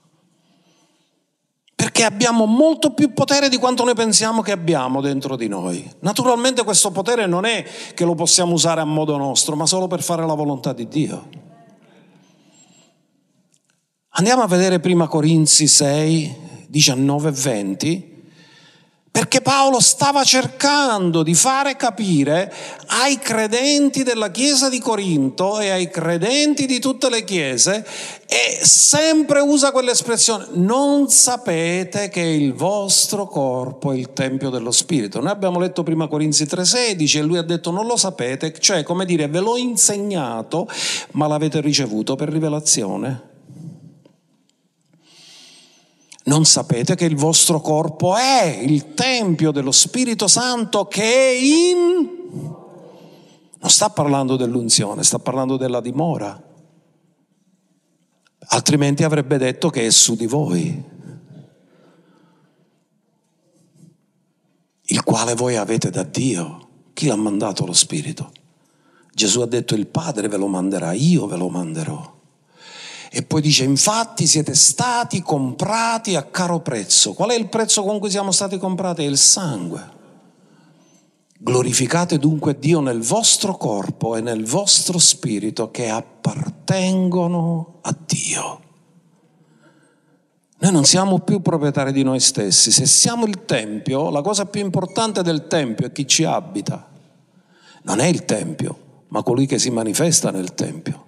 Perché abbiamo molto più potere di quanto noi pensiamo che abbiamo dentro di noi. Naturalmente questo potere non è che lo possiamo usare a modo nostro, ma solo per fare la volontà di Dio. Andiamo a vedere prima Corinzi sei, diciannove e venti, perché Paolo stava cercando di fare capire ai credenti della chiesa di Corinto e ai credenti di tutte le chiese, e sempre usa quell'espressione: non sapete che il vostro corpo è il tempio dello Spirito. Noi abbiamo letto prima Corinzi tre sedici e lui ha detto non lo sapete, cioè come dire ve l'ho insegnato ma l'avete ricevuto per rivelazione. Non sapete che il vostro corpo è il tempio dello Spirito Santo che è in... Non sta parlando dell'unzione, sta parlando della dimora. Altrimenti avrebbe detto che è su di voi, il quale voi avete da Dio. Chi l'ha mandato lo Spirito? Gesù ha detto il Padre ve lo manderà, io ve lo manderò. E poi dice infatti siete stati comprati a caro prezzo. Qual è il prezzo con cui siamo stati comprati? È il sangue. Glorificate dunque Dio nel vostro corpo e nel vostro spirito che appartengono a Dio. Noi non siamo più proprietari di noi stessi. Se siamo il Tempio, la cosa più importante del Tempio è chi ci abita. Non è il Tempio, ma colui che si manifesta nel Tempio.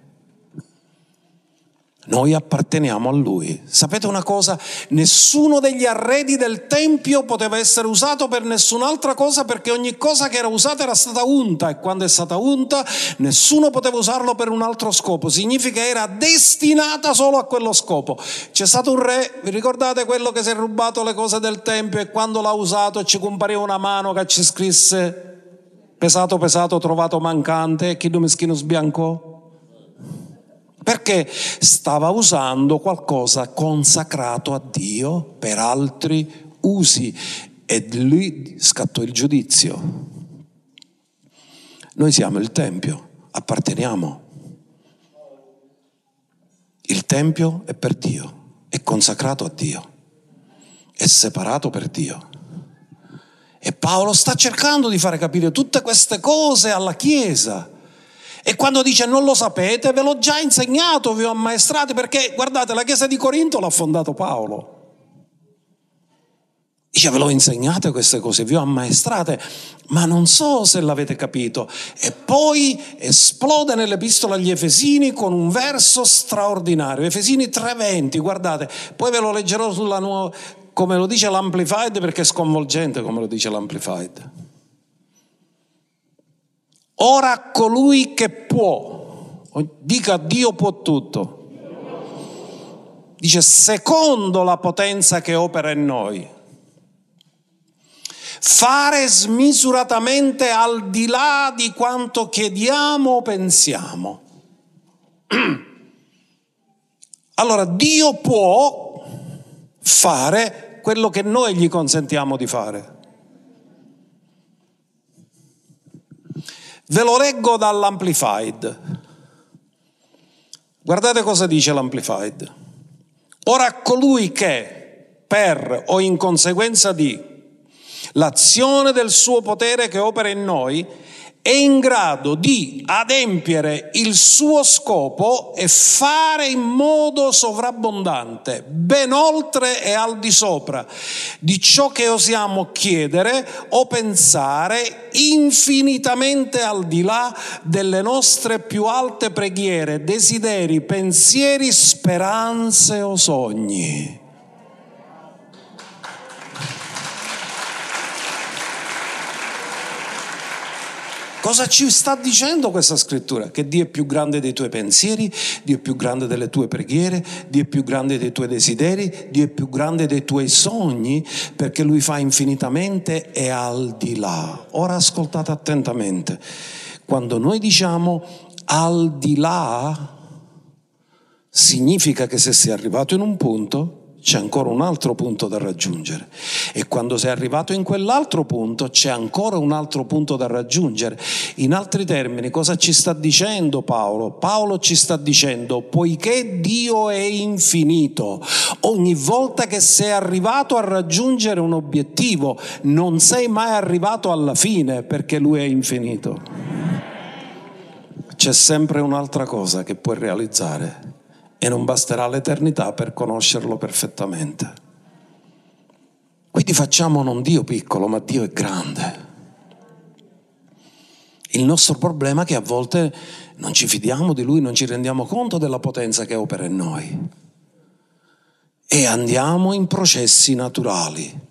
Noi apparteniamo a Lui. Sapete una cosa? Nessuno degli arredi del Tempio poteva essere usato per nessun'altra cosa, perché ogni cosa che era usata era stata unta, e quando è stata unta nessuno poteva usarlo per un altro scopo. Significa era destinata solo a quello scopo. C'è stato un re, vi ricordate quello che si è rubato le cose del Tempio e quando l'ha usato ci compariva una mano che ci scrisse pesato pesato trovato mancante e chi do meschino sbiancò? perché stava usando qualcosa consacrato a Dio per altri usi e lui scattò il giudizio. Noi siamo il Tempio, apparteniamo. Il Tempio è per Dio, è consacrato a Dio, è separato per Dio. E Paolo sta cercando di fare capire tutte queste cose alla Chiesa. E quando dice non lo sapete, ve l'ho già insegnato, vi ho ammaestrati, perché guardate, la Chiesa di Corinto l'ha fondato Paolo. Dice ve l'ho insegnate queste cose, vi ho ammaestrate, ma non so se l'avete capito. E poi esplode nell'Epistola agli Efesini con un verso straordinario, Efesini tre venti, guardate, poi ve lo leggerò sulla nuova, come lo dice l'Amplified, perché è sconvolgente come lo dice l'Amplified. Ora colui che può, dica Dio può tutto, dice secondo la potenza che opera in noi, fare smisuratamente al di là di quanto chiediamo o pensiamo. Allora Dio può fare quello che noi gli consentiamo di fare. Ve lo leggo dall'Amplified. Guardate cosa dice l'Amplified. Ora colui che per o in conseguenza di l'azione del suo potere che opera in noi è in grado di adempiere il suo scopo e fare in modo sovrabbondante, ben oltre e al di sopra di ciò che osiamo chiedere o pensare, infinitamente al di là delle nostre più alte preghiere, desideri, pensieri, speranze o sogni. Cosa ci sta dicendo questa scrittura? Che Dio è più grande dei tuoi pensieri, Dio è più grande delle tue preghiere, Dio è più grande dei tuoi desideri, Dio è più grande dei tuoi sogni, perché Lui fa infinitamente e al di là. Ora ascoltate attentamente. Quando noi diciamo al di là, significa che se sei arrivato in un punto, c'è ancora un altro punto da raggiungere, e quando sei arrivato in quell'altro punto c'è ancora un altro punto da raggiungere. In altri termini, cosa ci sta dicendo Paolo? Paolo ci sta dicendo: poiché Dio è infinito, ogni volta che sei arrivato a raggiungere un obiettivo non sei mai arrivato alla fine, perché Lui è infinito. C'è sempre un'altra cosa che puoi realizzare e non basterà l'eternità per conoscerlo perfettamente. Quindi facciamo non Dio piccolo, ma Dio è grande. Il nostro problema è che a volte non ci fidiamo di Lui, non ci rendiamo conto della potenza che opera in noi e andiamo in processi naturali.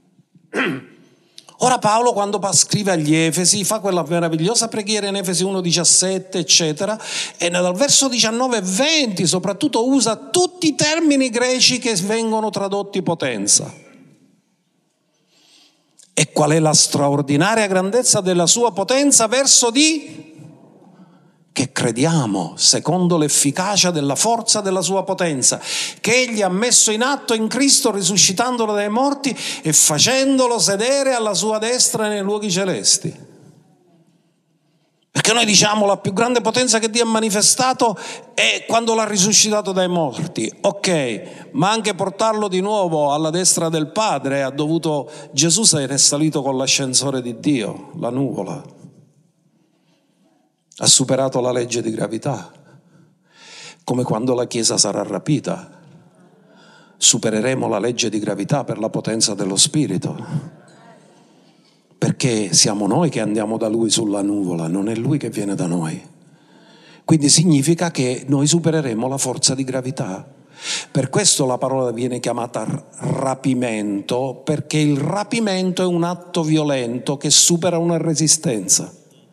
Ora Paolo, quando scrive agli Efesi, fa quella meravigliosa preghiera in Efesi uno diciassette, eccetera, e dal verso diciannove e venti soprattutto usa tutti i termini greci che vengono tradotti potenza. E qual è la straordinaria grandezza della sua potenza verso di? Che crediamo secondo l'efficacia della forza della sua potenza, che Egli ha messo in atto in Cristo, risuscitandolo dai morti e facendolo sedere alla sua destra nei luoghi celesti. Perché noi diciamo la più grande potenza che Dio ha manifestato è quando l'ha risuscitato dai morti. Ok, ma anche portarlo di nuovo alla destra del Padre ha dovuto, Gesù se ne è salito con l'ascensore di Dio, la nuvola. Ha superato la legge di gravità, come quando la Chiesa sarà rapita. Supereremo la legge di gravità per la potenza dello Spirito, perché siamo noi che andiamo da Lui sulla nuvola, non è Lui che viene da noi. Quindi significa che noi supereremo la forza di gravità. Per questo la parola viene chiamata rapimento, perché il rapimento è un atto violento che supera una resistenza.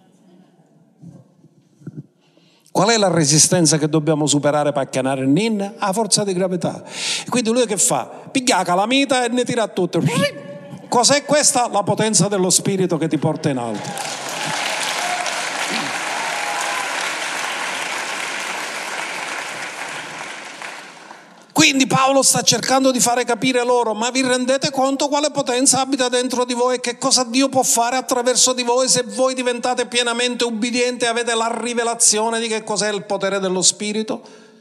Qual è la resistenza che dobbiamo superare per chiamare Nin? La forza di gravità. E quindi lui che fa? Piglia la calamita e ne tira tutto. Cos'è questa? La potenza dello Spirito che ti porta in alto. Quindi Paolo sta cercando di fare capire loro: ma vi rendete conto quale potenza abita dentro di voi e che cosa Dio può fare attraverso di voi se voi diventate pienamente ubbidienti e avete la rivelazione di che cos'è il potere dello Spirito?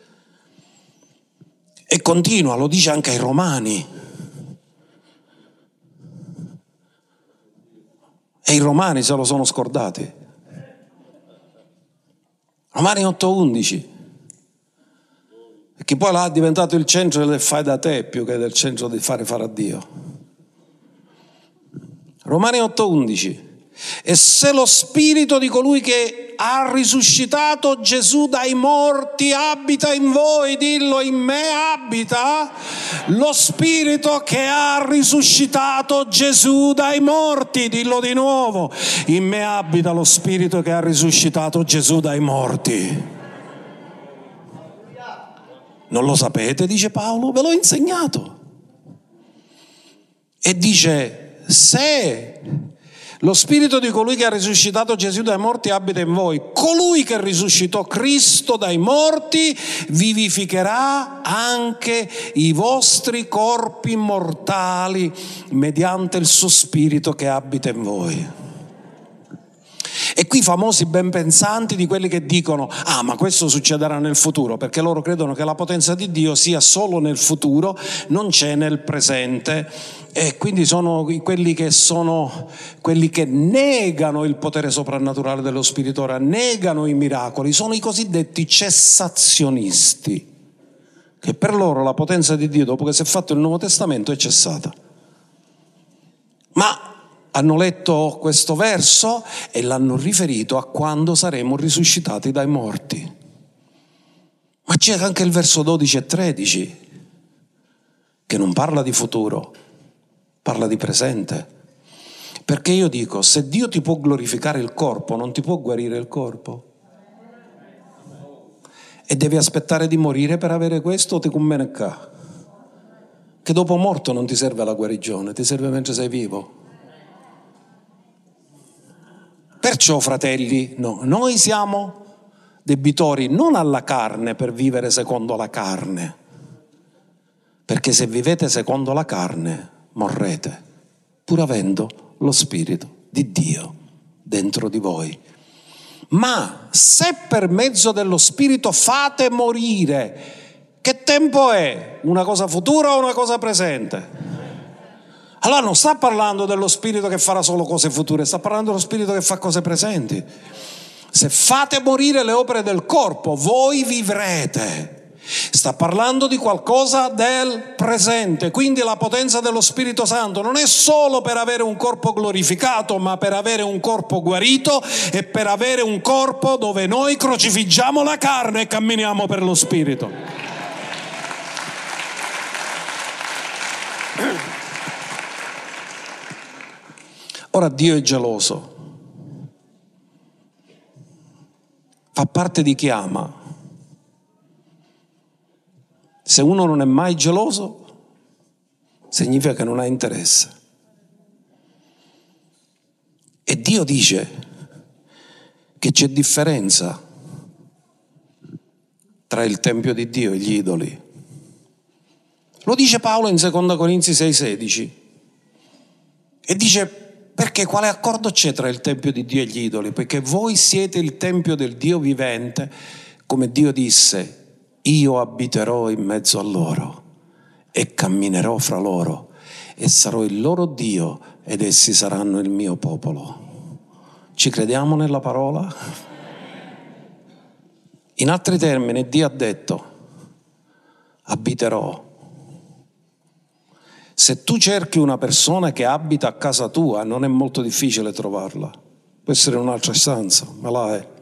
E continua, lo dice anche ai Romani. E i Romani se lo sono scordati. Romani otto undici. Perché poi là è diventato il centro del fai da te più che del centro di fare fare a Dio. Romani otto undici. E se lo spirito di colui che ha risuscitato Gesù dai morti abita in voi, dillo: in me abita lo spirito che ha risuscitato Gesù dai morti, dillo di nuovo: in me abita lo spirito che ha risuscitato Gesù dai morti. Non lo sapete, dice Paolo, ve l'ho insegnato. E dice: se lo spirito di colui che ha risuscitato Gesù dai morti abita in voi, colui che risuscitò Cristo dai morti vivificherà anche i vostri corpi mortali mediante il suo spirito che abita in voi. E qui famosi ben pensanti di quelli che dicono: ah, ma questo succederà nel futuro, perché loro credono che la potenza di Dio sia solo nel futuro, non c'è nel presente. E quindi sono quelli che sono quelli che negano il potere soprannaturale dello Spirito, ora negano i miracoli, sono i cosiddetti cessazionisti, che per loro la potenza di Dio, dopo che si è fatto il Nuovo Testamento, è cessata. Ma hanno letto questo verso e l'hanno riferito a quando saremo risuscitati dai morti. Ma c'è anche il verso dodici e tredici, che non parla di futuro, parla di presente. Perché io dico, se Dio ti può glorificare il corpo, non ti può guarire il corpo? E devi aspettare di morire per avere questo, o ti conviene qua? Che dopo morto non ti serve la guarigione, ti serve mentre sei vivo. Perciò, fratelli, no, noi siamo debitori non alla carne per vivere secondo la carne, perché se vivete secondo la carne morrete, pur avendo lo Spirito di Dio dentro di voi. Ma se per mezzo dello Spirito fate morire, che tempo è? Una cosa futura o una cosa presente? Allora non sta parlando dello Spirito che farà solo cose future, sta parlando dello Spirito che fa cose presenti. Se fate morire le opere del corpo, voi vivrete. Sta parlando di qualcosa del presente. Quindi la potenza dello Spirito Santo non è solo per avere un corpo glorificato, ma per avere un corpo guarito e per avere un corpo dove noi crocifiggiamo la carne e camminiamo per lo Spirito. Ora Dio è geloso, fa parte di chi ama. Se uno non è mai geloso, significa che non ha interesse. E Dio dice che c'è differenza tra il Tempio di Dio e gli idoli. Lo dice Paolo in seconda Corinzi sei sedici e dice: perché quale accordo c'è tra il Tempio di Dio e gli idoli? Perché voi siete il Tempio del Dio vivente, come Dio disse: io abiterò in mezzo a loro e camminerò fra loro e sarò il loro Dio ed essi saranno il mio popolo. Ci crediamo nella parola? In altri termini, Dio ha detto: abiterò. Se tu cerchi una persona che abita a casa tua, non è molto difficile trovarla. Può essere in un'altra stanza, ma là è.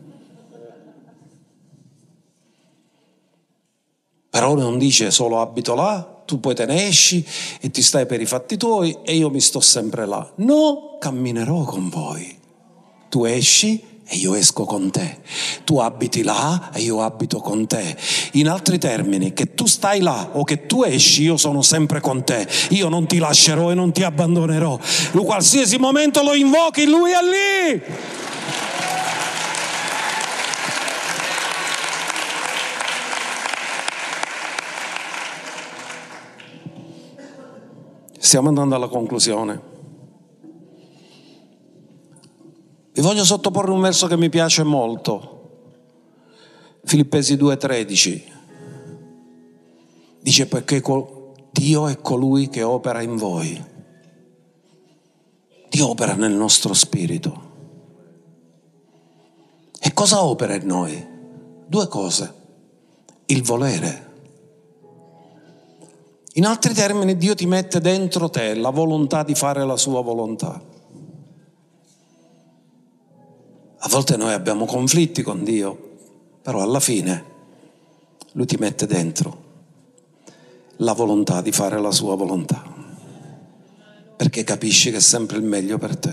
Però non dice solo abito là, tu poi te ne esci e ti stai per i fatti tuoi e io mi sto sempre là. No, camminerò con voi. Tu esci e io esco con te. Tu abiti là e io abito con te. In altri termini, che tu stai là o che tu esci, io sono sempre con te. Io non ti lascerò e non ti abbandonerò. In qualsiasi momento lo invochi, lui è lì. Stiamo andando alla conclusione. Vi voglio sottoporre un verso che mi piace molto. Filippesi due tredici. Dice: perché Dio è colui che opera in voi. Dio opera nel nostro spirito. E cosa opera in noi? Due cose. Il volere. In altri termini, Dio ti mette dentro te la volontà di fare la sua volontà. A volte noi abbiamo conflitti con Dio, però alla fine Lui ti mette dentro la volontà di fare la sua volontà, perché capisci che è sempre il meglio per te.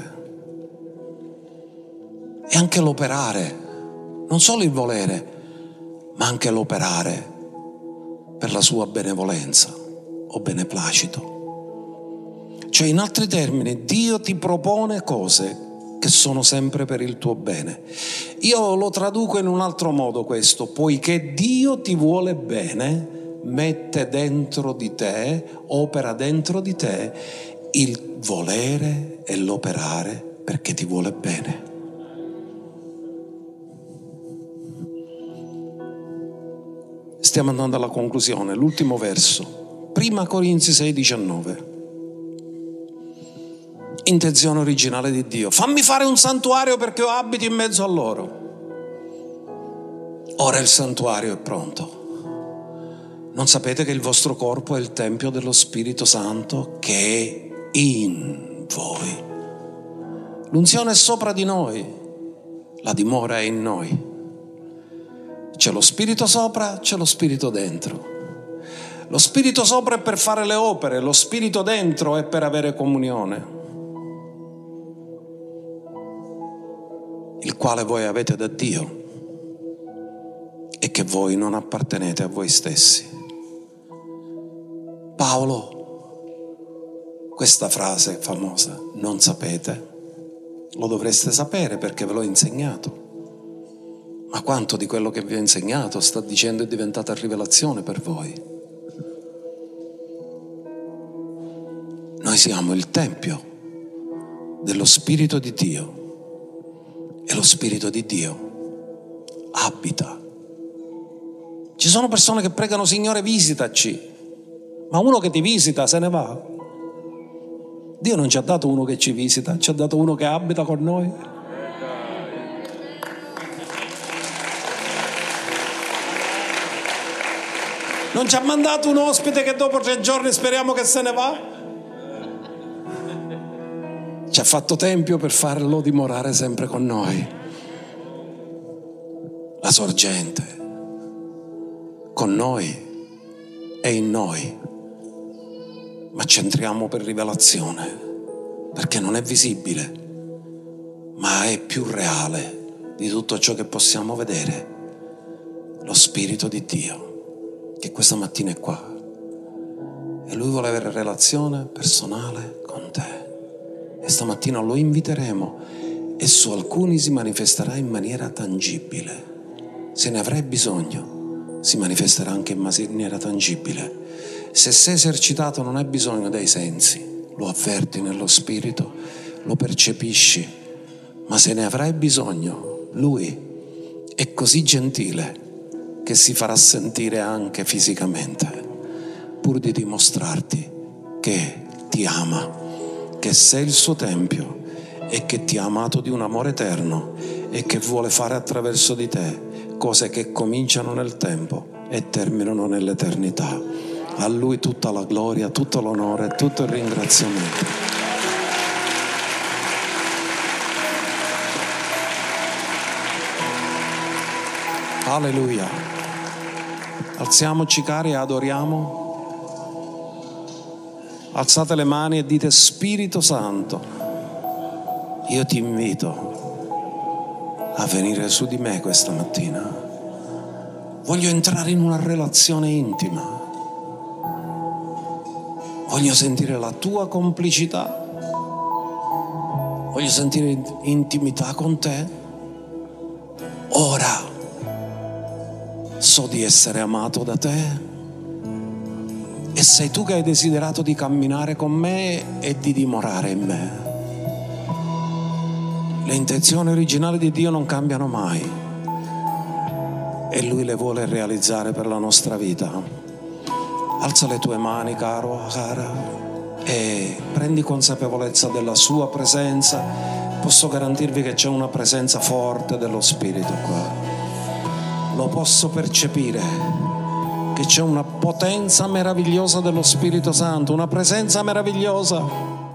E anche l'operare, non solo il volere, ma anche l'operare per la sua benevolenza o beneplacito. Cioè, in altri termini, Dio ti propone cose che sono sempre per il tuo bene. Io lo traduco in un altro modo questo: poiché Dio ti vuole bene, mette dentro di te, opera dentro di te il volere e l'operare perché ti vuole bene. Stiamo andando alla conclusione, l'ultimo verso, prima Corinzi sei diciannove. Intenzione originale di Dio: fammi fare un santuario perché io abiti in mezzo a loro. Ora il santuario è pronto. Non sapete che il vostro corpo è il tempio dello Spirito Santo che è in voi? L'unzione è sopra di noi, la dimora è in noi. C'è lo Spirito sopra, c'è lo Spirito dentro. Lo Spirito sopra è per fare le opere, lo Spirito dentro è per avere comunione, il quale voi avete da Dio e che voi non appartenete a voi stessi. Paolo, questa frase famosa, non sapete, lo dovreste sapere perché ve l'ho insegnato. Ma quanto di quello che vi ho insegnato sta dicendo è diventata rivelazione per voi? Noi siamo il tempio dello Spirito di Dio e lo Spirito di Dio abita. Ci sono persone che pregano: Signore, visitaci, ma uno che ti visita se ne va. Dio non ci ha dato uno che ci visita, ci ha dato uno che abita con noi. Non ci ha mandato un ospite che dopo tre giorni speriamo che se ne va. Ci ha fatto tempio per farlo dimorare sempre con noi. La sorgente con noi è in noi, ma ci entriamo per rivelazione, perché non è visibile, ma è più reale di tutto ciò che possiamo vedere. Lo Spirito di Dio che questa mattina è qua e Lui vuole avere relazione personale con te, e stamattina lo inviteremo e su alcuni si manifesterà in maniera tangibile. Se ne avrai bisogno, si manifesterà anche in maniera tangibile. Se sei esercitato non hai bisogno dei sensi, lo avverti nello spirito, lo percepisci, ma se ne avrai bisogno, Lui è così gentile che si farà sentire anche fisicamente, pur di dimostrarti che ti ama, che sei il suo tempio e che ti ha amato di un amore eterno e che vuole fare attraverso di te cose che cominciano nel tempo e terminano nell'eternità. A Lui tutta la gloria, tutto l'onore, tutto il ringraziamento. Alleluia. Alziamoci cari e adoriamo. Alzate le mani e dite: Spirito Santo, io ti invito a venire su di me questa mattina. Voglio entrare in una relazione intima. Voglio sentire la tua complicità. Voglio sentire intimità con te. Ora so di essere amato da te e sei tu che hai desiderato di camminare con me e di dimorare in me. Le intenzioni originali di Dio non cambiano mai e Lui le vuole realizzare per la nostra vita. Alza le tue mani, caro, cara, e prendi consapevolezza della sua presenza. Posso garantirvi che c'è una presenza forte dello Spirito qua. Lo posso percepire, che c'è una potenza meravigliosa dello Spirito Santo, una presenza meravigliosa.